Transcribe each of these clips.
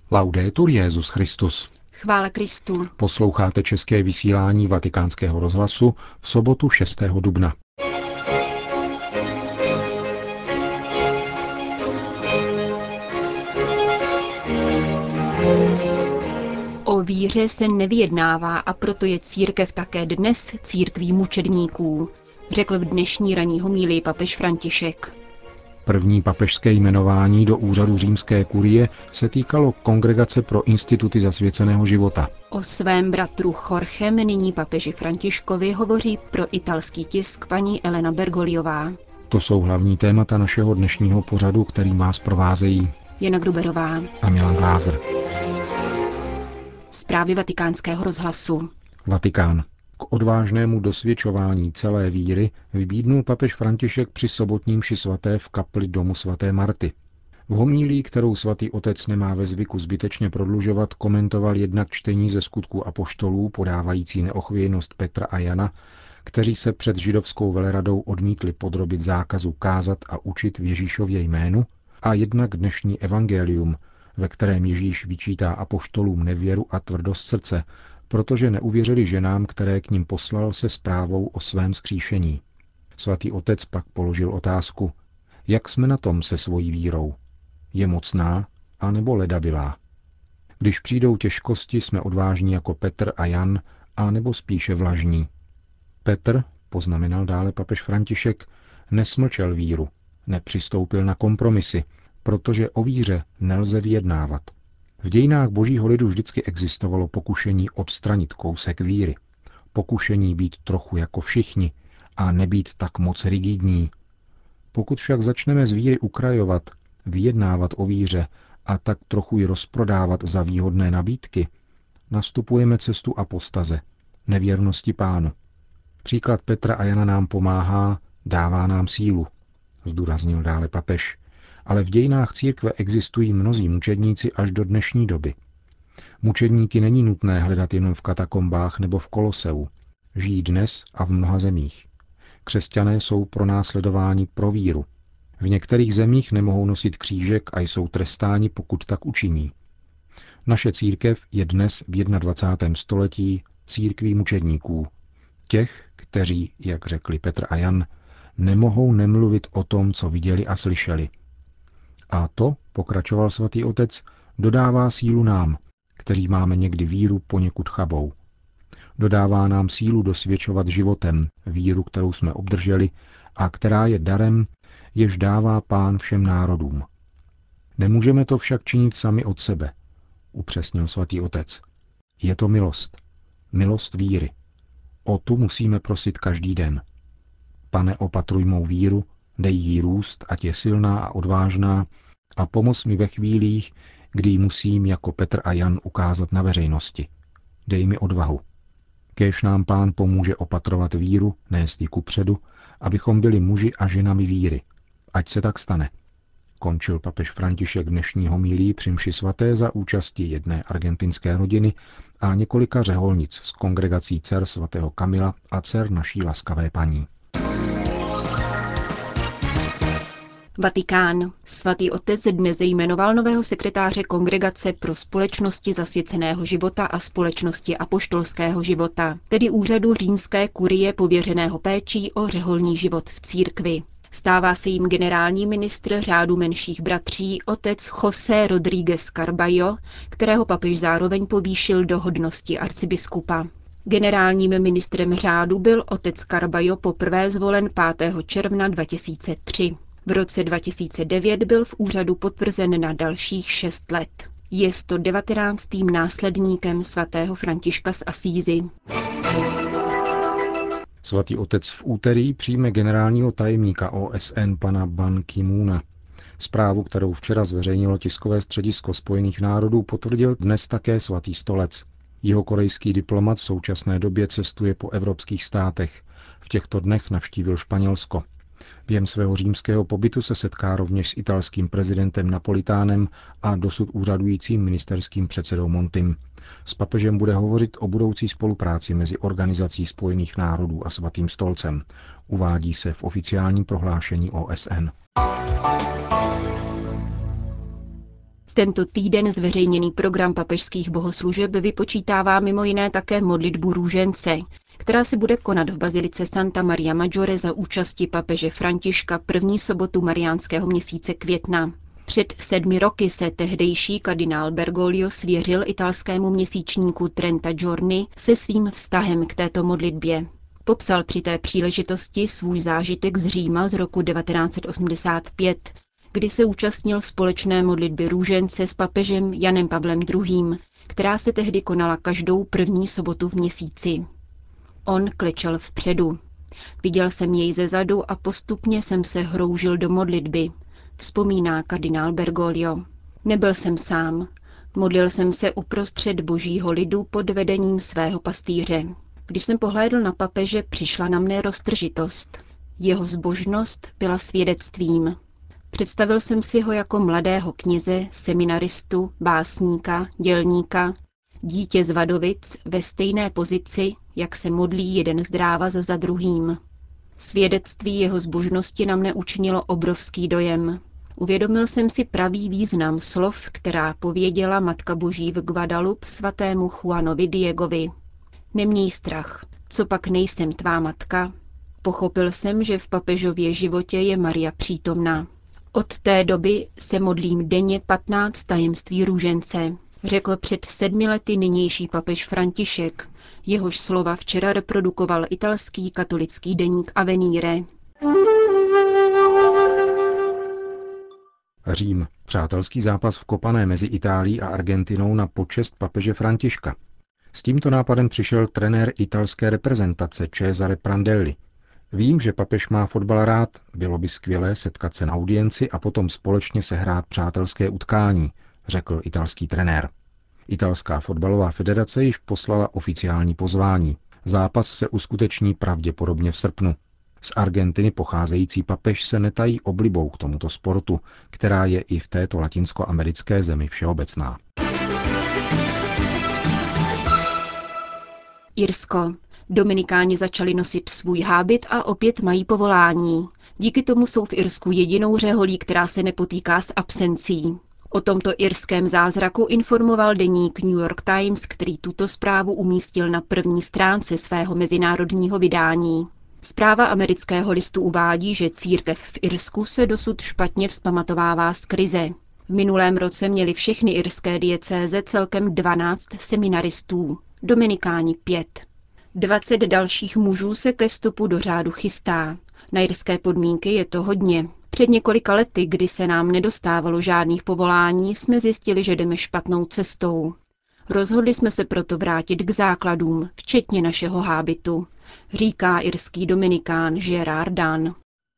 Laudetur Jesus Christus. Chvála Kristu. Posloucháte české vysílání Vatikánského rozhlasu v sobotu 6. dubna. O víře se nevyjednává a proto je církev také dnes církví mučedníků, řekl v dnešní ranní homílii papež František. První papežské jmenování do úřadu římské kurie se týkalo Kongregace pro instituty zasvěceného života. O svém bratru Jorgem nyní papeži Františkovi hovoří pro italský tisk paní Elena Bergoliová. To jsou hlavní témata našeho dnešního pořadu, který vás provázejí Jana Gruberová a Milan Glázer. Zprávy Vatikánského rozhlasu. Vatikán. K odvážnému dosvědčování celé víry vybídnul papež František při sobotní mši svaté v kapli domu svaté Marty. V homílii, kterou svatý otec nemá ve zvyku zbytečně prodlužovat, komentoval jednak čtení ze Skutků apoštolů podávající neochvějnost Petra a Jana, kteří se před židovskou veleradou odmítli podrobit zákazu kázat a učit v Ježíšově jménu, a jednak dnešní evangelium, ve kterém Ježíš vyčítá apoštolům nevěru a tvrdost srdce, protože neuvěřili ženám, které k nim poslal se zprávou o svém vzkříšení. Svatý otec pak položil otázku, jak jsme na tom se svojí vírou. Je mocná, anebo ledabilá? Když přijdou těžkosti, jsme odvážní jako Petr a Jan, anebo spíše vlažní. Petr, poznamenal dále papež František, nesmlčel víru, nepřistoupil na kompromisy, protože o víře nelze vyjednávat. V dějinách božího lidu vždycky existovalo pokušení odstranit kousek víry. Pokušení být trochu jako všichni a nebýt tak moc rigidní. Pokud však začneme z víry ukrajovat, vyjednávat o víře a tak trochu ji rozprodávat za výhodné nabídky, nastupujeme cestu apostaze, nevěrnosti Pánu. Příklad Petra a Jana nám pomáhá, dává nám sílu, zdůraznil dále papež. Ale v dějinách církve existují mnozí mučedníci až do dnešní doby. Mučedníky není nutné hledat jenom v katakombách nebo v Koloseu. Žijí dnes a v mnoha zemích. Křesťané jsou pronásledováni pro víru. V některých zemích nemohou nosit křížek a jsou trestáni, pokud tak učiní. Naše církev je dnes v 21. století církví mučedníků. Těch, kteří, jak řekli Petr a Jan, nemohou nemluvit o tom, co viděli a slyšeli. A to, pokračoval svatý otec, dodává sílu nám, kteří máme někdy víru poněkud chabou. Dodává nám sílu dosvědčovat životem víru, kterou jsme obdrželi a která je darem, jež dává Pán všem národům. Nemůžeme to však činit sami od sebe, upřesnil svatý otec. Je to milost. Milost víry. O tu musíme prosit každý den. Pane, opatruj mou víru, dej jí růst, ať je silná a odvážná, a pomoz mi ve chvílích, kdy ji musím jako Petr a Jan ukázat na veřejnosti. Dej mi odvahu. Kéž nám Pán pomůže opatrovat víru, nést ji kupředu, abychom byli muži a ženami víry. Ať se tak stane. Končil papež František dnešní homílii při mši svaté za účasti jedné argentinské rodiny a několika řeholnic z kongregací dcer svatého Kamila a dcer naší laskavé paní. Vatikán. Svatý otec dnes jmenoval nového sekretáře Kongregace pro společnosti zasvěceného života a společnosti apoštolského života, tedy úřadu římské kurie pověřeného péčí o řeholní život v církvi. Stává se jim generální ministr řádu menších bratří otec José Rodríguez Carballo, kterého papež zároveň povýšil do hodnosti arcibiskupa. Generálním ministrem řádu byl otec Carballo poprvé zvolen 5. června 2003. V roce 2009 byl v úřadu potvrzen na dalších 6 let. Je 119. následníkem svatého Františka z Asízy. Svatý otec v úterý přijme generálního tajemníka OSN pana Ban Ki-moona. Zprávu, kterou včera zveřejnilo tiskové středisko Spojených národů, potvrdil dnes také svatý stolec. Jihokorejský diplomat v současné době cestuje po evropských státech. V těchto dnech navštívil Španělsko. Během svého římského pobytu se setká rovněž s italským prezidentem Napolitánem a dosud úřadujícím ministerským předsedou Montim. S papežem bude hovořit o budoucí spolupráci mezi Organizací spojených národů a Svatým stolcem. Uvádí se v oficiálním prohlášení OSN. Tento týden zveřejněný program papežských bohoslužeb vypočítává mimo jiné také modlitbu růžence, která se bude konat v bazilice Santa Maria Maggiore za účasti papeže Františka první sobotu mariánského měsíce května. Před 7 roky se tehdejší kardinál Bergoglio svěřil italskému měsíčníku Trenta Giorni se svým vztahem k této modlitbě. Popsal při té příležitosti svůj zážitek z Říma z roku 1985, kdy se účastnil společné modlitby růžence s papežem Janem Pavlem II., která se tehdy konala každou první sobotu v měsíci. On klečel vpředu. Viděl jsem jej zezadu a postupně jsem se hroužil do modlitby, vzpomíná kardinál Bergoglio. Nebyl jsem sám. Modlil jsem se uprostřed božího lidu pod vedením svého pastýře. Když jsem pohlédl na papeže, přišla na mne roztržitost. Jeho zbožnost byla svědectvím. Představil jsem si ho jako mladého kněze, seminaristu, básníka, dělníka, dítě z Vadovic ve stejné pozici, jak se modlí jeden z Dráva za druhým. Svědectví jeho zbožnosti na mne učinilo obrovský dojem. Uvědomil jsem si pravý význam slov, která pověděla Matka Boží v Guadalupe svatému Juanovi Diegovi. Neměj strach, copak nejsem tvá matka? Pochopil jsem, že v papežově životě je Maria přítomná. Od té doby se modlím denně 15 tajemství růžence, řekl před 7 lety nynější papež František. Jehož slova včera reprodukoval italský katolický deník Avvenire. Řím. Přátelský zápas v Kopané mezi Itálií a Argentinou na počest papeže Františka. S tímto nápadem přišel trenér italské reprezentace Cesare Prandelli. Vím, že papež má fotbal rád, bylo by skvělé setkat se na audienci a potom společně sehrát přátelské utkání, řekl italský trenér. Italská fotbalová federace již poslala oficiální pozvání. Zápas se uskuteční pravděpodobně v srpnu. Z Argentiny pocházející papež se netají oblibou k tomuto sportu, která je i v této latinskoamerické zemi všeobecná. Irsko. Dominikáni začali nosit svůj hábit a opět mají povolání. Díky tomu jsou v Irsku jedinou řeholí, která se nepotýká s absencí. O tomto irském zázraku informoval deník New York Times, který tuto zprávu umístil na první stránce svého mezinárodního vydání. Zpráva amerického listu uvádí, že církev v Irsku se dosud špatně vzpamatovává z krize. V minulém roce měly všechny irské diecéze celkem 12 seminaristů, dominikáni 5. 20 dalších mužů se ke vstupu do řádu chystá. Na irské podmínky je to hodně. Před několika lety, kdy se nám nedostávalo žádných povolání, jsme zjistili, že jdeme špatnou cestou. Rozhodli jsme se proto vrátit k základům, včetně našeho hábitu, říká irský dominikán Gerard Dan.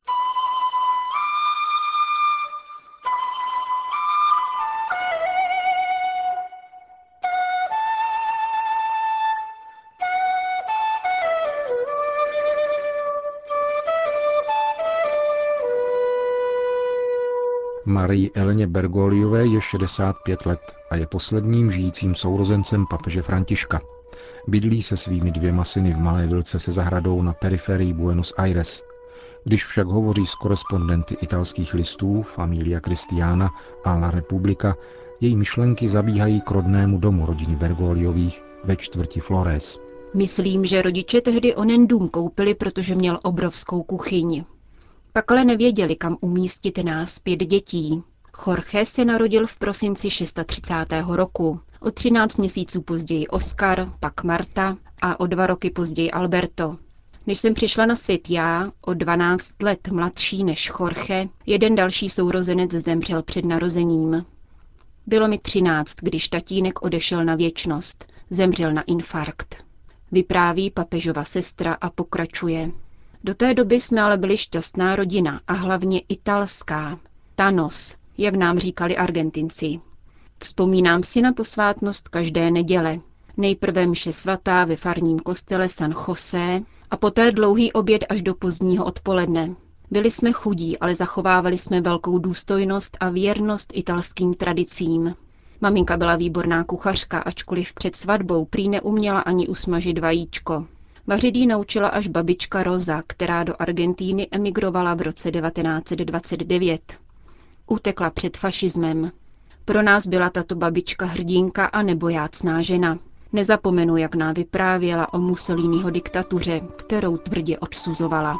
Marii Eleně Bergogliové je 65 let a je posledním žijícím sourozencem papeže Františka. Bydlí se svými 2 syny v malé vilce se zahradou na periferii Buenos Aires. Když však hovoří s korespondenty italských listů Familia Cristiana a La Repubblica, její myšlenky zabíhají k rodnému domu rodiny Bergogliových ve čtvrti Flores. Myslím, že rodiče tehdy onen dům koupili, protože měl obrovskou kuchyň. Pak ale nevěděli, kam umístit nás 5 dětí. Jorge se narodil v prosinci 630. roku. O 13 měsíců později Oscar, pak Marta a o 2 roky později Alberto. Než jsem přišla na svět já, o 12 let mladší než Jorge, jeden další sourozenec zemřel před narozením. Bylo mi 13, když tatínek odešel na věčnost. Zemřel na infarkt. Vypráví papežova sestra a pokračuje. Do té doby jsme ale byli šťastná rodina a hlavně italská. Thanos, jak nám říkali Argentinci. Vzpomínám si na posvátnost každé neděle. Nejprve mše svatá ve farním kostele San José a poté dlouhý oběd až do pozdního odpoledne. Byli jsme chudí, ale zachovávali jsme velkou důstojnost a věrnost italským tradicím. Maminka byla výborná kuchařka, ačkoliv před svatbou prý neuměla ani usmažit vajíčko. Vařit jí naučila až babička Rosa, která do Argentíny emigrovala v roce 1929. Utekla před fašismem. Pro nás byla tato babička hrdinka a nebojácná žena. Nezapomenu, jak nám vyprávěla o Mussoliniho diktatuře, kterou tvrdě odsuzovala.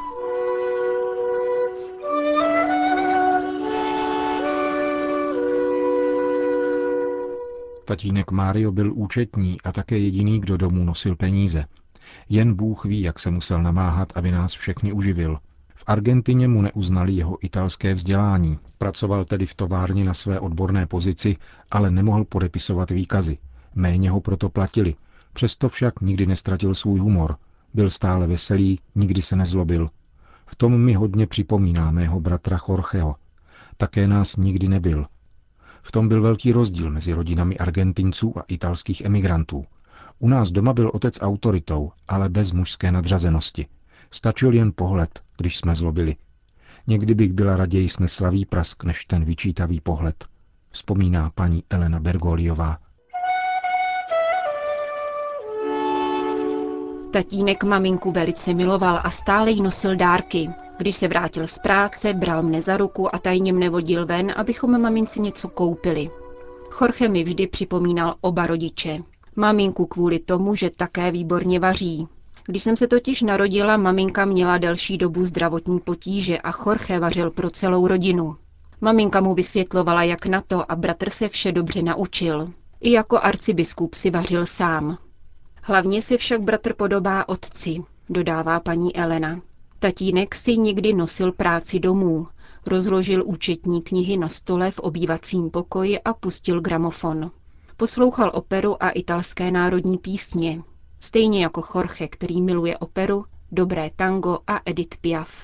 Tatínek Mário byl účetní a také jediný, kdo domů nosil peníze. Jen Bůh ví, jak se musel namáhat, aby nás všechny uživil. V Argentině mu neuznali jeho italské vzdělání. Pracoval tedy v továrně na své odborné pozici, ale nemohl podepisovat výkazy. Méně ho proto platili. Přesto však nikdy nestratil svůj humor. Byl stále veselý, nikdy se nezlobil. V tom mi hodně připomíná mého bratra Jorgeho. Také nás nikdy nebyl. V tom byl velký rozdíl mezi rodinami Argentinců a italských emigrantů. U nás doma byl otec autoritou, ale bez mužské nadřazenosti. Stačil jen pohled, když jsme zlobili. Někdy bych byla raději snesla výprask, než ten vyčítavý pohled, vzpomíná paní Elena Bergoliová. Tatínek maminku velice miloval a stále jí nosil dárky. Když se vrátil z práce, bral mne za ruku a tajně mne vodil ven, abychom mamince něco koupili. Jorge mi vždy připomínal oba rodiče. Maminku kvůli tomu, že také výborně vaří. Když jsem se totiž narodila, maminka měla delší dobu zdravotní potíže a Jorge vařil pro celou rodinu. Maminka mu vysvětlovala, jak na to, a bratr se vše dobře naučil. I jako arcibiskup si vařil sám. Hlavně se však bratr podobá otci, dodává paní Elena. Tatínek si někdy nosil práci domů, rozložil účetní knihy na stole v obývacím pokoji a pustil gramofon. Poslouchal operu a italské národní písně, stejně jako Jorge, který miluje operu, dobré tango a Edith Piaf.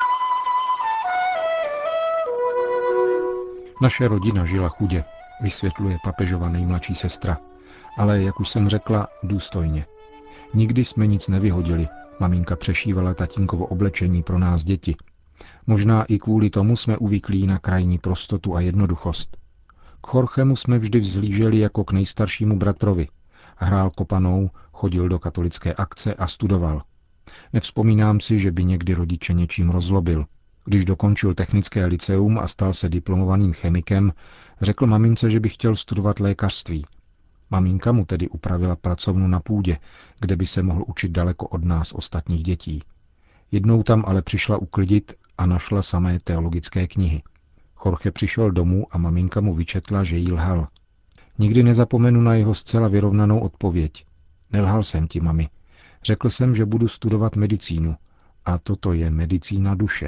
Naše rodina žila chudě, vysvětluje papežova nejmladší sestra. Ale, jak už jsem řekla, důstojně. Nikdy jsme nic nevyhodili. Maminka přešívala tatínkovo oblečení pro nás děti. Možná i kvůli tomu jsme uvyklí na krajní prostotu a jednoduchost. K Jorgemu jsme vždy vzhlíželi jako k nejstaršímu bratrovi. Hrál kopanou, chodil do katolické akce a studoval. Nevzpomínám si, že by někdy rodiče něčím rozlobil. Když dokončil technické lyceum a stal se diplomovaným chemikem, řekl mamince, že by chtěl studovat lékařství. Maminka mu tedy upravila pracovnu na půdě, kde by se mohl učit daleko od nás ostatních dětí. Jednou tam ale přišla uklidit a našla samé teologické knihy. Jorge přišel domů a maminka mu vyčetla, že jí lhal. Nikdy nezapomenu na jeho zcela vyrovnanou odpověď. Nelhal jsem ti, mami. Řekl jsem, že budu studovat medicínu. A toto je medicína duše.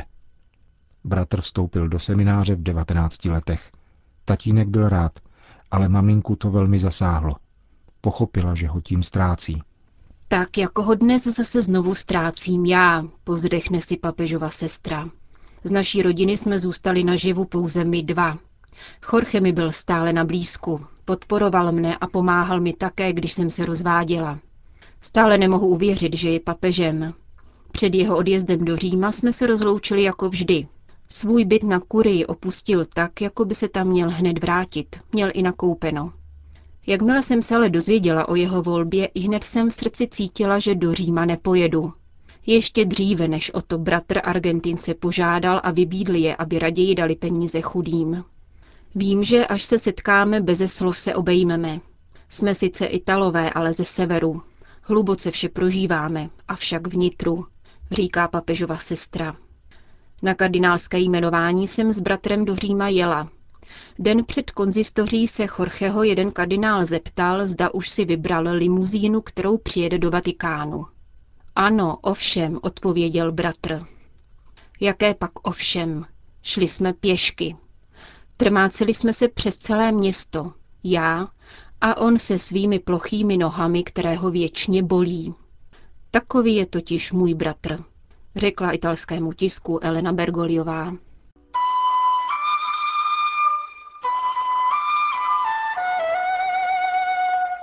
Bratr vstoupil do semináře v 19 letech. Tatínek byl rád, ale maminku to velmi zasáhlo. Pochopila, že ho tím ztrácí. Tak jako ho dnes zase znovu ztrácím já, povzdechne si papežova sestra. Z naší rodiny jsme zůstali naživu pouze my dva. Jorge mi byl stále na blízku, podporoval mne a pomáhal mi také, když jsem se rozváděla. Stále nemohu uvěřit, že je papežem. Před jeho odjezdem do Říma jsme se rozloučili jako vždy. Svůj byt na kurii opustil tak, jako by se tam měl hned vrátit. Měl i nakoupeno. Jakmile jsem se ale dozvěděla o jeho volbě, ihned jsem v srdci cítila, že do Říma nepojedu. Ještě dříve, než o to bratr Argentince požádal a vybídl je, aby raději dali peníze chudým. Vím, že až se setkáme, beze slov se obejmeme. Jsme sice Italové, ale ze severu. Hluboce vše prožíváme, avšak vnitru, říká papežova sestra. Na kardinálské jmenování jsem s bratrem do Říma jela. Den před konzistoří se Jorgeho jeden kardinál zeptal, zda už si vybral limuzínu, kterou přijede do Vatikánu. Ano, ovšem, odpověděl bratr. Jaké pak ovšem? Šli jsme pěšky. Trmáceli jsme se přes celé město, já a on se svými plochými nohami, které ho věčně bolí. Takový je totiž můj bratr, řekla italskému tisku Elena Bergoliová.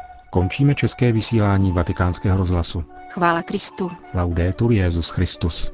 Končíme české vysílání Vatikánského rozhlasu. Chvála Kristu. Laudetur Jesus Christus.